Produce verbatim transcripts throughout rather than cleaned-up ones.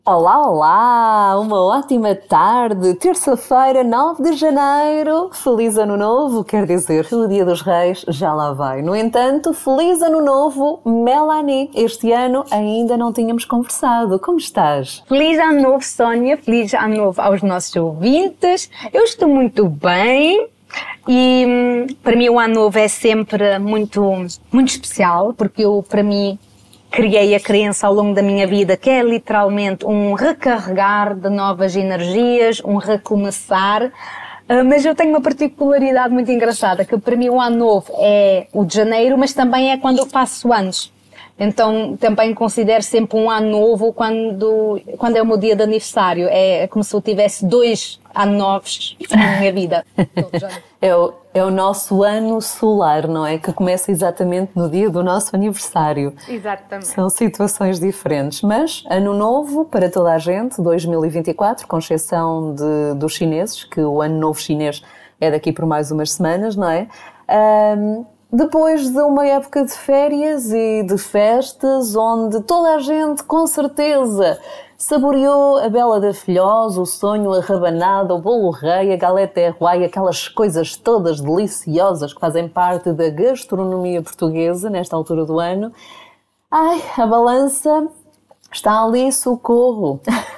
Olá, olá! Uma ótima tarde! Terça-feira, nove de janeiro. Feliz Ano Novo, quer dizer, o Dia dos Reis já lá vai. No entanto, feliz Ano Novo, Melanie! Este ano ainda não tínhamos conversado. Como estás? Feliz Ano Novo, Sónia! Feliz Ano Novo aos nossos ouvintes! Eu estou muito bem. E para mim o Ano Novo é sempre muito, muito especial, porque eu, para mim, criei a crença ao longo da minha vida que é literalmente um recarregar de novas energias, um recomeçar. Uh, mas eu tenho uma particularidade muito engraçada, que para mim o Ano Novo é o de janeiro, mas também é quando eu faço anos. Então também considero sempre um ano novo quando, quando é o meu dia de aniversário. É como se eu tivesse dois anos novos na minha vida. É o, é o nosso ano solar, não é? Que começa exatamente no dia do nosso aniversário. Exatamente. São situações diferentes, mas ano novo para toda a gente, dois mil e vinte e quatro, com exceção de, dos chineses, que o ano novo chinês é daqui por mais umas semanas, não é? Um, Depois de uma época de férias e de festas, onde toda a gente, com certeza, saboreou a bela da filhosa, o sonho, a rabanada, o bolo rei, a galeta roi, aquelas coisas todas deliciosas que fazem parte da gastronomia portuguesa nesta altura do ano. Ai, a balança está ali, socorro!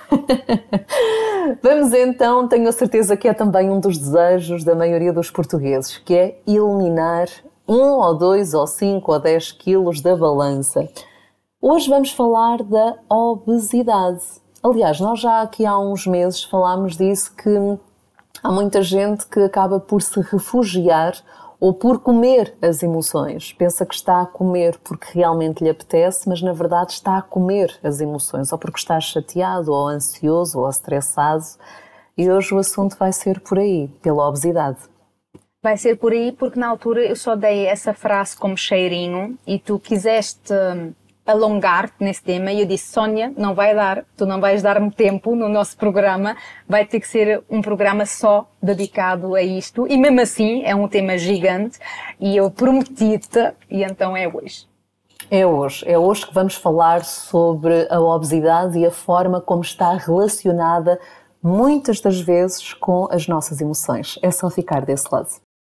Vamos então, tenho a certeza que é também um dos desejos da maioria dos portugueses, que é eliminar um ou dois ou cinco ou dez quilos da balança. Hoje vamos falar da obesidade. Aliás, nós já aqui há uns meses falámos disso, que há muita gente que acaba por se refugiar ou por comer as emoções. Pensa que está a comer porque realmente lhe apetece, mas na verdade está a comer as emoções, ou porque está chateado, ou ansioso, ou estressado. E hoje o assunto vai ser por aí, pela obesidade. Vai ser por aí porque na altura eu só dei essa frase como cheirinho e tu quiseste alongar-te nesse tema e eu disse, Sónia, não vai dar, tu não vais dar-me tempo no nosso programa, vai ter que ser um programa só dedicado a isto e mesmo assim é um tema gigante e eu prometi-te e então é hoje. É hoje, é hoje que vamos falar sobre a obesidade e a forma como está relacionada muitas das vezes com as nossas emoções. É só ficar desse lado.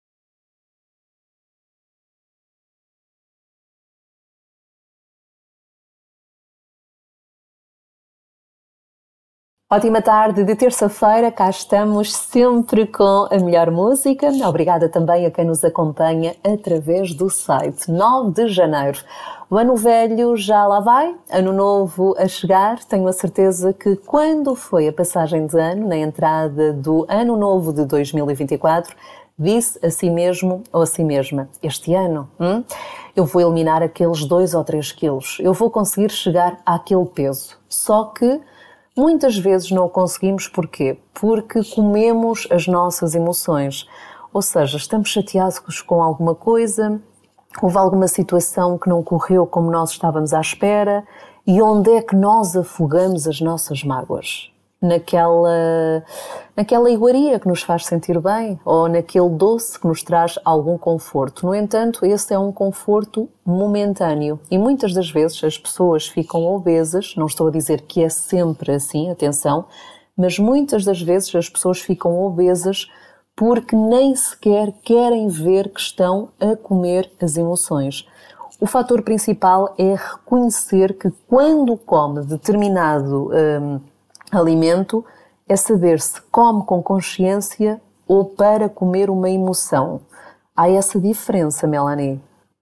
Ótima tarde de terça-feira, cá estamos sempre com a melhor música. Obrigada também a quem nos acompanha através do site. nove de janeiro. O ano velho já lá vai, ano novo a chegar. Tenho a certeza que quando foi a passagem de ano, na entrada do ano novo de dois mil e vinte e quatro, disse a si mesmo ou a si mesma, este ano hum, eu vou eliminar aqueles dois ou três quilos, eu vou conseguir chegar àquele peso. Só que muitas vezes não o conseguimos, porquê? Porque comemos as nossas emoções. Ou seja, estamos chateados com alguma coisa, houve alguma situação que não correu como nós estávamos à espera, e onde é que nós afogamos as nossas mágoas? Naquela, naquela iguaria que nos faz sentir bem, ou naquele doce que nos traz algum conforto. No entanto, esse é um conforto momentâneo e muitas das vezes as pessoas ficam obesas, não estou a dizer que é sempre assim, atenção, mas muitas das vezes as pessoas ficam obesas porque nem sequer querem ver que estão a comer as emoções. O fator principal é reconhecer que quando come determinado hum, alimento, é saber se come com consciência ou para comer uma emoção. Há essa diferença, Melanie?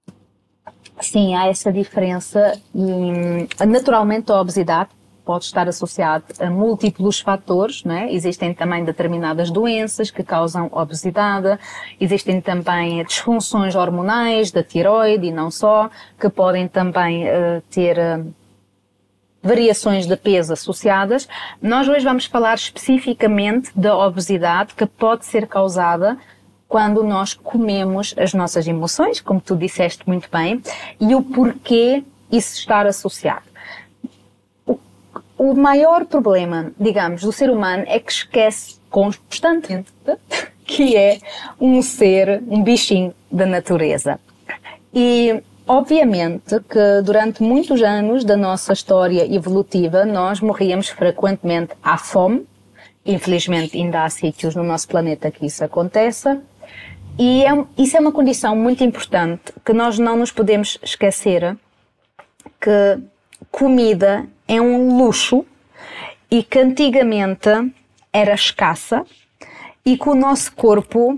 Sim, há essa diferença e naturalmente a obesidade pode estar associada a múltiplos fatores, não é? Existem também determinadas doenças que causam obesidade, existem também disfunções hormonais da tireoide e não só, que podem também uh, ter uh, variações de peso associadas. Nós hoje vamos falar especificamente da obesidade que pode ser causada quando nós comemos as nossas emoções, como tu disseste muito bem, e o porquê isso estar associado. O, o maior problema, digamos, do ser humano é que esquece constantemente que é um ser, um bichinho da natureza. E obviamente que durante muitos anos da nossa história evolutiva nós morríamos frequentemente à fome. Infelizmente ainda há sítios no nosso planeta que isso aconteça. E é, isso é uma condição muito importante que nós não nos podemos esquecer, que comida é um luxo e que antigamente era escassa e que o nosso corpo,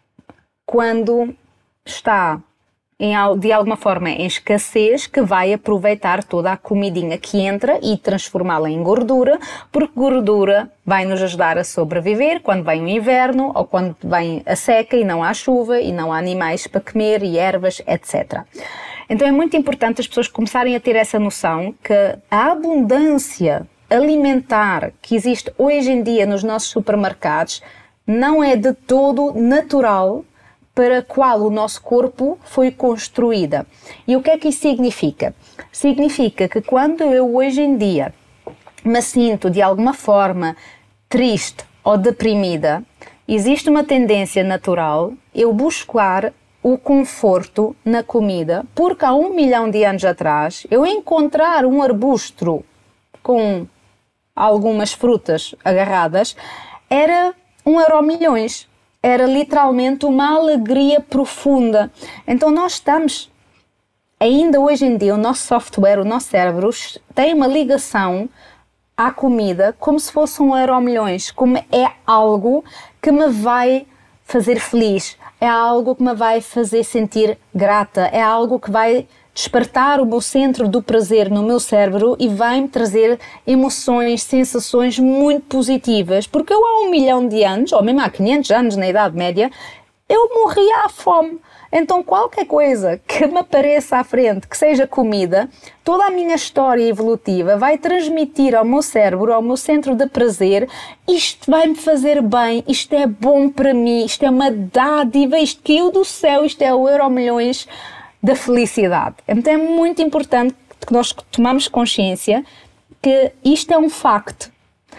quando está em, de alguma forma em escassez, que vai aproveitar toda a comidinha que entra e transformá-la em gordura, porque gordura vai nos ajudar a sobreviver quando vem o inverno ou quando vem a seca e não há chuva e não há animais para comer e ervas, etcétera. Então é muito importante as pessoas começarem a ter essa noção que a abundância alimentar que existe hoje em dia nos nossos supermercados não é de todo natural para a qual o nosso corpo foi construída. E o que é que isso significa? Significa que quando eu hoje em dia me sinto de alguma forma triste ou deprimida, existe uma tendência natural eu buscar o conforto na comida, porque há um milhão de anos atrás eu encontrar um arbusto com algumas frutas agarradas era um euromilhões. Era literalmente uma alegria profunda. Então nós estamos, ainda hoje em dia, o nosso software, o nosso cérebro tem uma ligação à comida como se fosse um euromilhões, como é algo que me vai fazer feliz, é algo que me vai fazer sentir grata, é algo que vai despertar o meu centro do prazer no meu cérebro e vai-me trazer emoções, sensações muito positivas, porque eu há um milhão de anos, ou mesmo há quinhentos anos na Idade Média, eu morria à fome. Então qualquer coisa que me apareça à frente, que seja comida, toda a minha história evolutiva vai transmitir ao meu cérebro, ao meu centro de prazer, isto vai-me fazer bem, isto é bom para mim, isto é uma dádiva, isto caiu do céu, isto é o Euromilhões da felicidade. Então é muito importante que nós tomamos consciência que isto é um facto.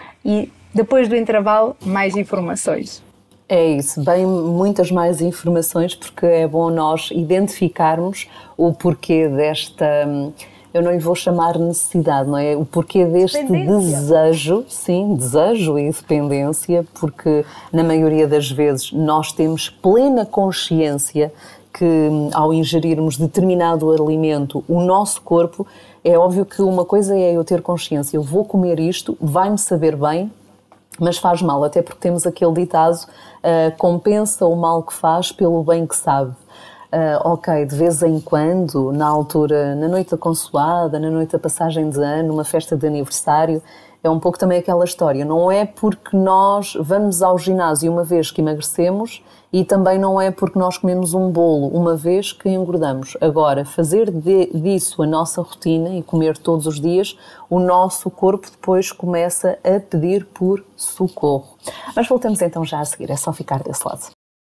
E depois do intervalo, mais informações. É isso, bem muitas mais informações, porque é bom nós identificarmos o porquê desta, eu não lhe vou chamar necessidade, não é? O porquê deste desejo, sim, desejo e dependência, porque na maioria das vezes nós temos plena consciência que ao ingerirmos determinado alimento, o nosso corpo, é óbvio que uma coisa é eu ter consciência, eu vou comer isto, vai-me saber bem, mas faz mal, até porque temos aquele ditado, uh, compensa o mal que faz pelo bem que sabe. Uh, ok, de vez em quando, na altura, na noite da consoada, na noite da passagem de ano, numa festa de aniversário, é um pouco também aquela história. Não é porque nós vamos ao ginásio uma vez que emagrecemos e também não é porque nós comemos um bolo uma vez que engordamos. Agora, fazer de, disso a nossa rotina e comer todos os dias, o nosso corpo depois começa a pedir por socorro. Mas voltamos então já a seguir, é só ficar desse lado.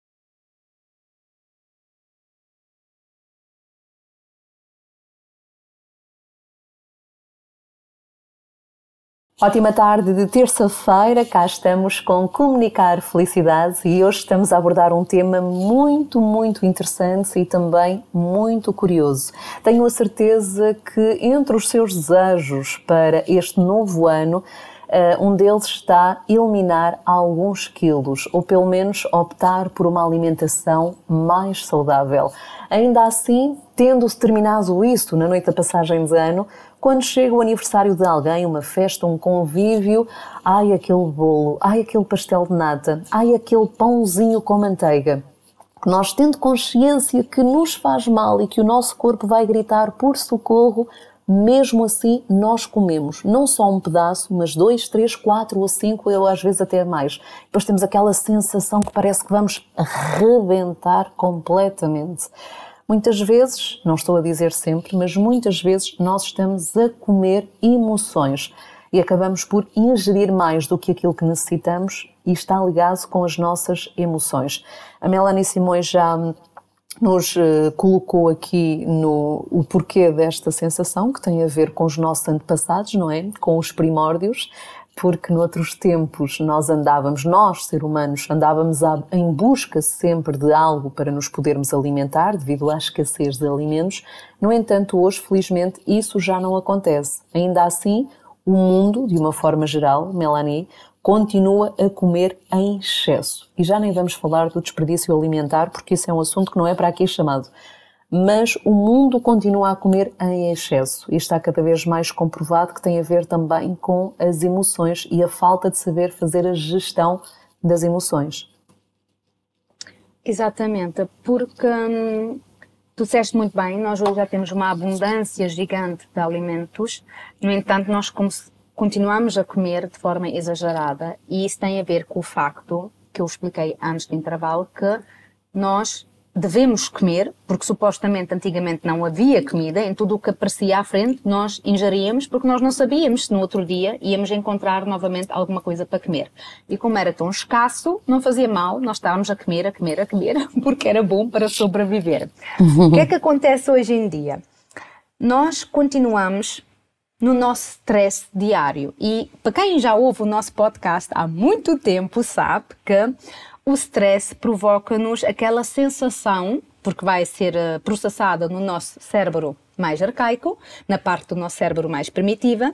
Ótima tarde de terça-feira, cá estamos com Comunicar Felicidade e hoje estamos a abordar um tema muito, muito interessante e também muito curioso. Tenho a certeza que entre os seus desejos para este novo ano, Uh, um deles está eliminar alguns quilos, ou pelo menos optar por uma alimentação mais saudável. Ainda assim, tendo-se terminado isso na noite da passagem de ano, quando chega o aniversário de alguém, uma festa, um convívio, ai aquele bolo, ai aquele pastel de nata, ai aquele pãozinho com manteiga. Nós tendo consciência que nos faz mal e que o nosso corpo vai gritar por socorro, mesmo assim nós comemos, não só um pedaço, mas dois, três, quatro ou cinco, ou às vezes até mais. Depois temos aquela sensação que parece que vamos arrebentar completamente. Muitas vezes, não estou a dizer sempre, mas muitas vezes nós estamos a comer emoções e acabamos por ingerir mais do que aquilo que necessitamos e está ligado com as nossas emoções. A Melanie Simões já nos uh, colocou aqui no, o porquê desta sensação, que tem a ver com os nossos antepassados, não é? Com os primórdios. porque noutros tempos nós andávamos, nós, seres humanos, andávamos a, em busca sempre de algo para nos podermos alimentar, devido à escassez de alimentos. No entanto, hoje, felizmente, isso já não acontece. Ainda assim, o mundo, de uma forma geral, Melanie, continua a comer em excesso. E já nem vamos falar do desperdício alimentar, porque isso é um assunto que não é para aqui chamado. Mas o mundo continua a comer em excesso e está cada vez mais comprovado que tem a ver também com as emoções e a falta de saber fazer a gestão das emoções. Exatamente, porque hum, tu disseste muito bem, nós hoje já temos uma abundância gigante de alimentos, no entanto nós continuamos a comer de forma exagerada e isso tem a ver com o facto, que eu expliquei antes do intervalo, que nós devemos comer, porque supostamente antigamente não havia comida, em tudo o que aparecia à frente nós ingeríamos, porque nós não sabíamos se no outro dia íamos encontrar novamente alguma coisa para comer. E como era tão escasso, não fazia mal, nós estávamos a comer, a comer, a comer, porque era bom para sobreviver. O que é que acontece hoje em dia? Nós continuamos no nosso stress diário e para quem já ouve o nosso podcast há muito tempo sabe que o stress provoca-nos aquela sensação, porque vai ser processada no nosso cérebro mais arcaico, na parte do nosso cérebro mais primitiva.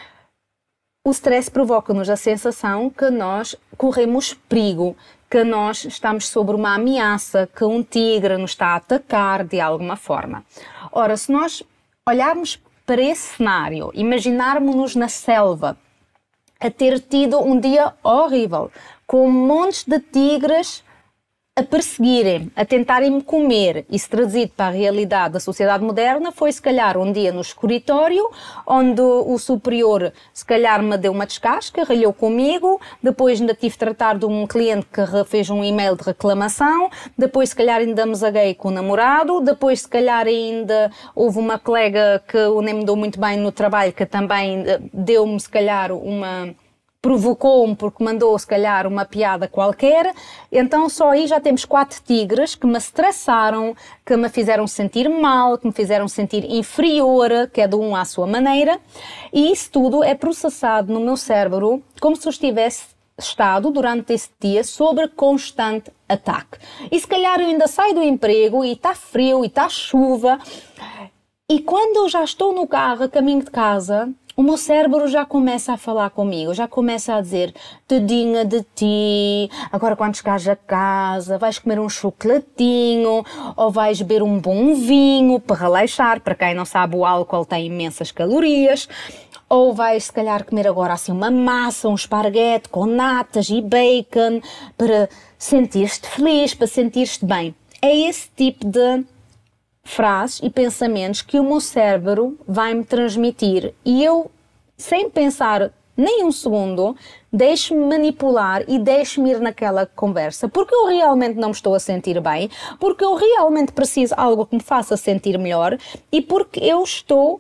O stress provoca-nos a sensação que nós corremos perigo, que nós estamos sob uma ameaça, que um tigre nos está a atacar de alguma forma. Ora, se nós olharmos para esse cenário, imaginarmos-nos na selva, a ter tido um dia horrível, com montes de tigres a perseguirem, a tentarem me comer. Isso traduzido para a realidade da sociedade moderna foi se calhar um dia no escritório, onde o superior se calhar me deu uma descasca, ralhou comigo, depois ainda tive de tratar de um cliente que fez um e-mail de reclamação, depois se calhar ainda me zaguei com o namorado, depois se calhar ainda houve uma colega que nem me deu muito bem no trabalho, que também deu-me se calhar uma... provocou-me porque mandou, se calhar, uma piada qualquer. Então, só aí já temos quatro tigres que me estressaram, que me fizeram sentir mal, que me fizeram sentir inferior, cada um à sua maneira. E isso tudo é processado no meu cérebro como se eu estivesse estado, durante esse dia, sob constante ataque. E se calhar eu ainda saio do emprego e está frio e está chuva. E quando eu já estou no carro, a caminho de casa, o meu cérebro já começa a falar comigo, já começa a dizer: tadinha de ti, agora quando chegares a casa vais comer um chocolatinho ou vais beber um bom vinho para relaxar. Para quem não sabe, o álcool tem imensas calorias. Ou vais se calhar comer agora assim uma massa, um esparguete com natas e bacon para sentir-te feliz, para sentir-te bem. É esse tipo de frases e pensamentos que o meu cérebro vai me transmitir e eu, sem pensar nem um segundo, deixo-me manipular e deixo-me ir naquela conversa, porque eu realmente não me estou a sentir bem, porque eu realmente preciso de algo que me faça sentir melhor e porque eu estou...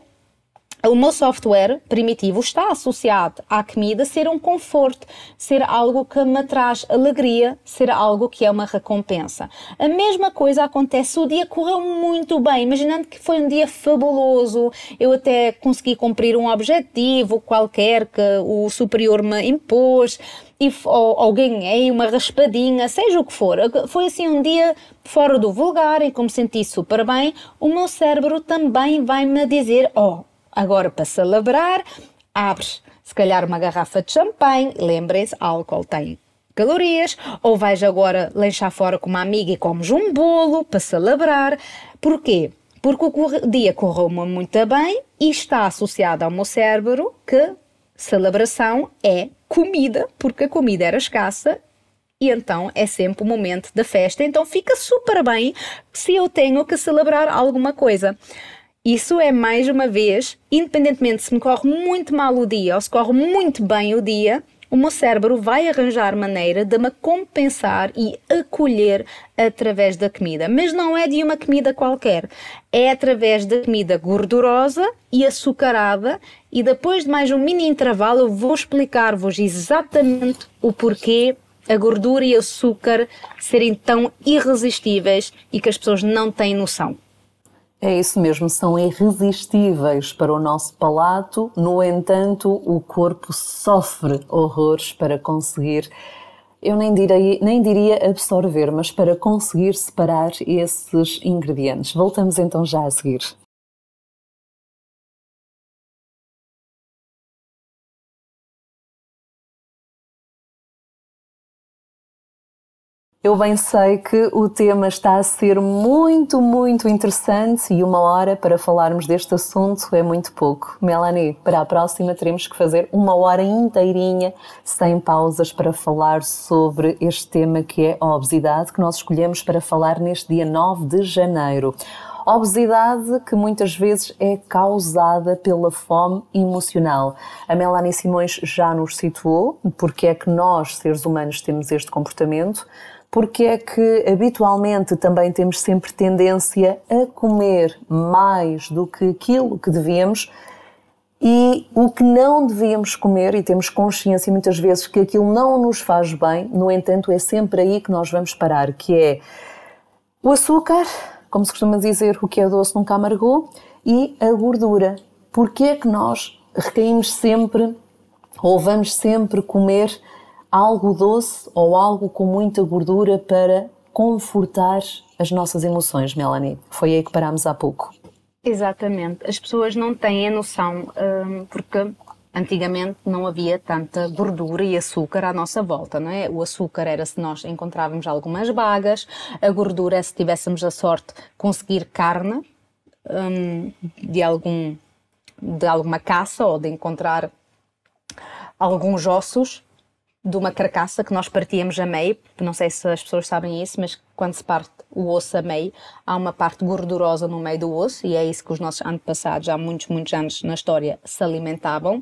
O meu software primitivo está associado à comida ser um conforto, ser algo que me traz alegria, ser algo que é uma recompensa. A mesma coisa acontece, o dia correu muito bem, imaginando que foi um dia fabuloso, eu até consegui cumprir um objetivo qualquer que o superior me impôs, e, ou, ou ganhei uma raspadinha, seja o que for. Foi assim um dia fora do vulgar e como senti super bem, o meu cérebro também vai me dizer: oh, agora, para celebrar, abres se calhar uma garrafa de champanhe, lembrem-se, álcool tem calorias, ou vais agora lanchar fora com uma amiga e comes um bolo para celebrar. Porquê? Porque o dia correu-me muito bem e está associado ao meu cérebro que celebração é comida, porque a comida era escassa e então é sempre o momento da festa. Então fica super bem se eu tenho que celebrar alguma coisa. Isso é, mais uma vez, independentemente se me corre muito mal o dia ou se corre muito bem o dia, o meu cérebro vai arranjar maneira de me compensar e acolher através da comida. Mas não é de uma comida qualquer, é através da comida gordurosa e açucarada, e depois de mais um mini intervalo eu vou explicar-vos exatamente o porquê a gordura e o açúcar serem tão irresistíveis e que as pessoas não têm noção. É isso mesmo, são irresistíveis para o nosso palato, no entanto, o corpo sofre horrores para conseguir, eu nem diria, nem diria absorver, mas para conseguir separar esses ingredientes. Voltamos então já a seguir. Eu bem sei que o tema está a ser muito, muito interessante e uma hora para falarmos deste assunto é muito pouco. Melanie, para a próxima teremos que fazer uma hora inteirinha, sem pausas, para falar sobre este tema que é a obesidade, que nós escolhemos para falar neste dia nove de janeiro. Obesidade que muitas vezes é causada pela fome emocional. A Melanie Simões já nos situou porque é que nós, seres humanos, temos este comportamento. Porque é que habitualmente também temos sempre tendência a comer mais do que aquilo que devíamos e o que não devíamos comer, e temos consciência muitas vezes que aquilo não nos faz bem, no entanto é sempre aí que nós vamos parar, que é o açúcar, como se costuma dizer, o que é doce nunca amargou, e a gordura. Porque é que nós recaímos sempre ou vamos sempre comer algo doce ou algo com muita gordura para confortar as nossas emoções, Melanie? Foi aí que parámos há pouco. Exatamente. As pessoas não têm a noção, hum, porque antigamente não havia tanta gordura e açúcar à nossa volta, não é? O açúcar era se nós encontrávamos algumas bagas, a gordura é se tivéssemos a sorte de conseguir carne hum, de, algum, de alguma caça ou de encontrar alguns ossos de uma carcaça que nós partíamos a meio. Não sei se as pessoas sabem isso, mas quando se parte o osso a meio, há uma parte gordurosa no meio do osso, e é isso que os nossos antepassados, há muitos, muitos anos na história, se alimentavam.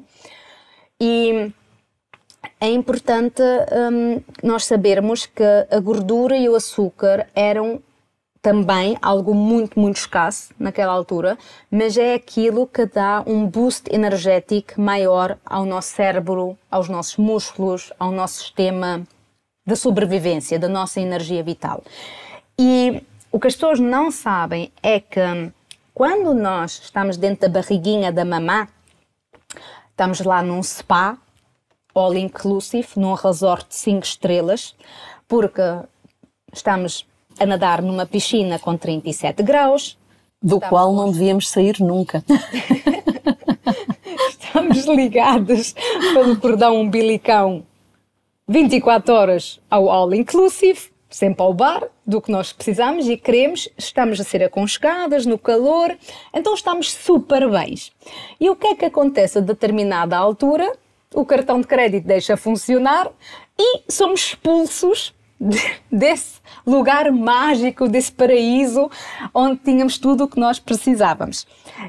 E é importante hum, nós sabermos que a gordura e o açúcar eram também algo muito, muito escasso naquela altura, mas é aquilo que dá um boost energético maior ao nosso cérebro, aos nossos músculos, ao nosso sistema de sobrevivência, da nossa energia vital. E o que as pessoas não sabem é que quando nós estamos dentro da barriguinha da mamã, estamos lá num spa, all inclusive, num resort de cinco estrelas, porque estamos a nadar numa piscina com trinta e sete graus. Do qual não devíamos sair nunca. Estamos ligados pelo cordão umbilicão vinte e quatro horas ao all inclusive, sempre ao bar, do que nós precisamos e queremos. Estamos a ser aconchegadas no calor, então estamos super bem. E o que é que acontece a determinada altura? O cartão de crédito deixa funcionar e somos expulsos desse lugar mágico, desse paraíso onde tínhamos tudo o que nós precisávamos.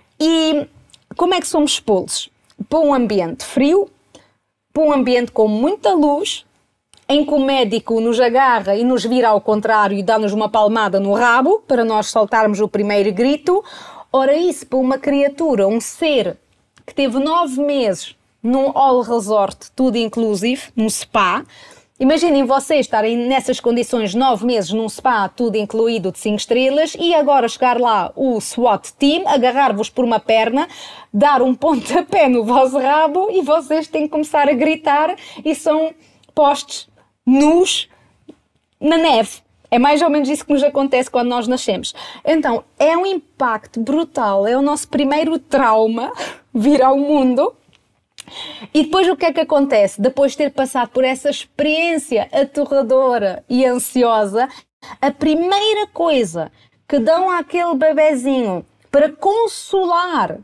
E como é que somos expulsos? Para um ambiente frio, para um ambiente com muita luz, em que o médico nos agarra e nos vira ao contrário e dá-nos uma palmada no rabo para nós soltarmos o primeiro grito. Ora, isso para uma criatura, um ser que teve nove meses num all resort, tudo inclusive, num spa. Imaginem vocês estarem nessas condições nove meses num spa, tudo incluído de cinco estrelas, e agora chegar lá o SWAT team, agarrar-vos por uma perna, dar um pontapé no vosso rabo e vocês têm que começar a gritar e são postos nus na neve. É mais ou menos isso que nos acontece quando nós nascemos. Então, é um impacto brutal, é o nosso primeiro trauma vir ao mundo. E depois o que é que acontece? Depois de ter passado por essa experiência aterradora e ansiosa, a primeira coisa que dão àquele bebezinho para consolar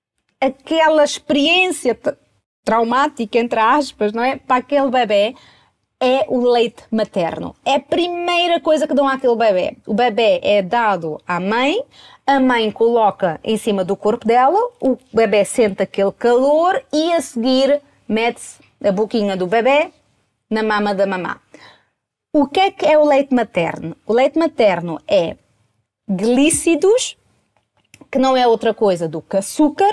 aquela experiência traumática, entre aspas, não é? Para aquele bebê, é o leite materno. É a primeira coisa que dão àquele bebê. O bebê é dado à mãe, a mãe coloca em cima do corpo dela, o bebê sente aquele calor e a seguir mete-se a boquinha do bebê na mama da mamã. O que é que é o leite materno? O leite materno é glícidos, que não é outra coisa do que açúcar,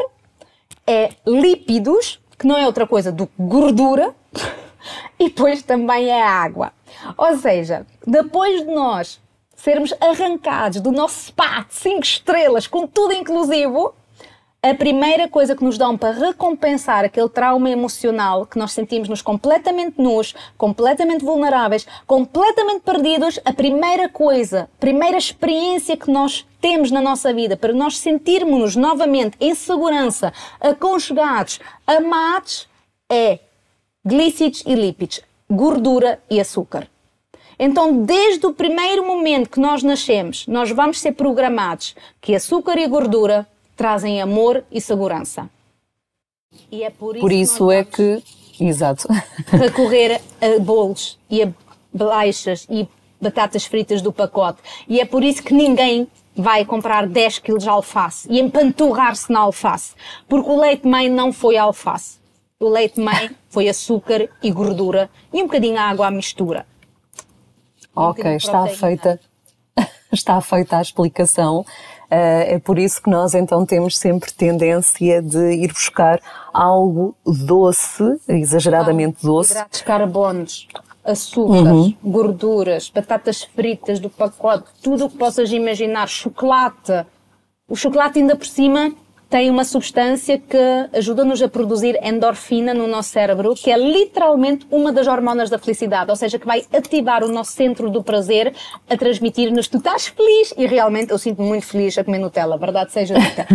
é lípidos, que não é outra coisa do que gordura, e depois também é água. Ou seja, depois de nós sermos arrancados do nosso spa de cinco estrelas, com tudo inclusivo, a primeira coisa que nos dão para recompensar aquele trauma emocional que nós sentimos-nos completamente nus, completamente vulneráveis, completamente perdidos, a primeira coisa, a primeira experiência que nós temos na nossa vida para nós sentirmos-nos novamente em segurança, aconchegados, amados, é glicídios e lípidos, gordura e açúcar. Então, desde o primeiro momento que nós nascemos, nós vamos ser programados que açúcar e gordura trazem amor e segurança. E é por isso, por isso que é que, exato, recorrer a bolos e a bolachas e batatas fritas do pacote. E é por isso que ninguém vai comprar dez quilos de alface e empanturrar-se na alface. Porque o leite-mãe não foi alface. O leite-mãe foi açúcar e gordura e um bocadinho de água à mistura. Ok, está feita, está feita a explicação. Uh, é por isso que nós então temos sempre tendência de ir buscar algo doce, exageradamente Não, doce. Hidratos de carbonos, açúcares, uhum. gorduras, batatas fritas do pacote, tudo o que possas imaginar, chocolate. O chocolate ainda por cima tem uma substância que ajuda-nos a produzir endorfina no nosso cérebro, que é literalmente uma das hormonas da felicidade, ou seja, que vai ativar o nosso centro do prazer a transmitir-nos tu estás feliz, e realmente eu sinto-me muito feliz a comer Nutella, verdade seja dita.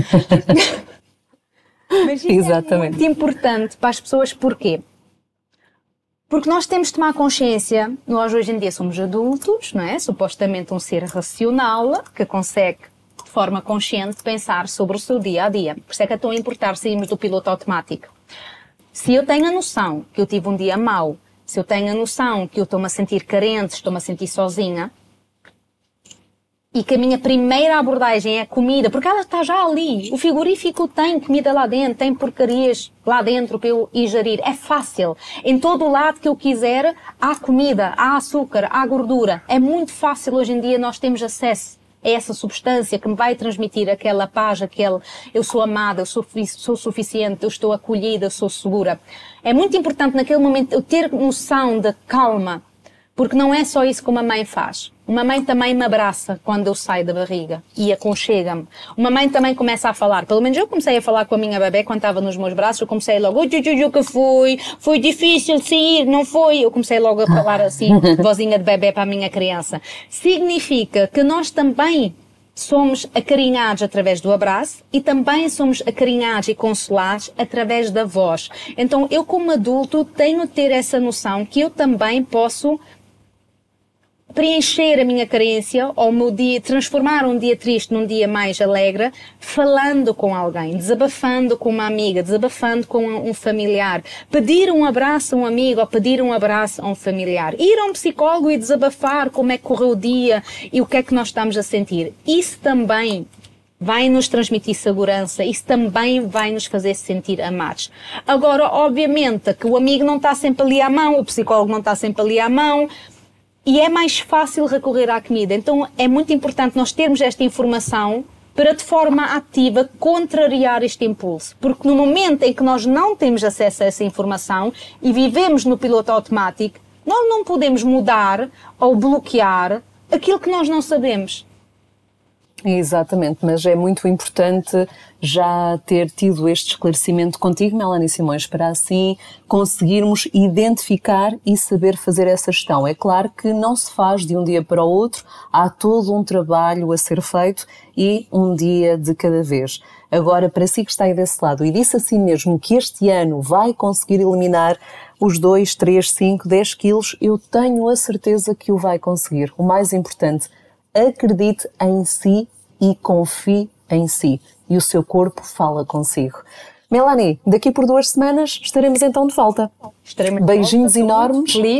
Mas isso Exatamente. É muito importante para as pessoas, porquê? Porque nós temos de tomar consciência, nós hoje em dia somos adultos, não é? Supostamente um ser racional, que consegue de forma consciente pensar sobre o seu dia a dia. Por isso é que é tão importante sairmos do piloto automático. Se eu tenho a noção que eu tive um dia mau, se eu tenho a noção que eu estou-me a sentir carente, estou-me a sentir sozinha, e que a minha primeira abordagem é a comida, porque ela está já ali. O frigorífico tem comida lá dentro, tem porcarias lá dentro para eu ingerir. É fácil. Em todo o lado que eu quiser, há comida, há açúcar, há gordura. É muito fácil hoje em dia, nós temos acesso é essa substância que me vai transmitir aquela paz, aquele eu sou amada, eu sou, sou suficiente, eu estou acolhida, eu sou segura. É muito importante naquele momento eu ter noção de calma, porque não é só isso que uma mãe faz. Uma mãe também me abraça quando eu saio da barriga e aconchega-me. Uma mãe também começa a falar. Pelo menos eu comecei a falar com a minha bebé quando estava nos meus braços. Eu comecei logo, oi, o que foi? Foi difícil sair, não foi? Eu comecei logo a falar assim, vozinha de bebé para a minha criança. Significa que nós também somos acarinhados através do abraço e também somos acarinhados e consolados através da voz. Então eu como adulto tenho de ter essa noção que eu também posso preencher a minha carência ou o meu dia, transformar um dia triste num dia mais alegre, falando com alguém, desabafando com uma amiga, desabafando com um familiar, pedir um abraço a um amigo ou pedir um abraço a um familiar, ir a um psicólogo e desabafar como é que correu o dia e o que é que nós estamos a sentir. Isso também vai nos transmitir segurança, isso também vai nos fazer sentir amados. Agora, obviamente, que o amigo não está sempre ali à mão, o psicólogo não está sempre ali à mão, e é mais fácil recorrer à comida. Então é muito importante nós termos esta informação para de forma ativa contrariar este impulso. Porque no momento em que nós não temos acesso a essa informação e vivemos no piloto automático, nós não podemos mudar ou bloquear aquilo que nós não sabemos. Exatamente, mas é muito importante já ter tido este esclarecimento contigo, Melanie Simões, para assim conseguirmos identificar e saber fazer essa gestão. É claro que não se faz de um dia para o outro, há todo um trabalho a ser feito e um dia de cada vez. Agora, para si que está aí desse lado e disse assim mesmo que este ano vai conseguir eliminar os dois, três, cinco, dez quilos, eu tenho a certeza que o vai conseguir. O mais importante, acredite em si e confie em si. E o seu corpo fala consigo. Melanie, daqui por duas semanas estaremos então de volta. Estaremos Beijinhos de volta, enormes. Feliz.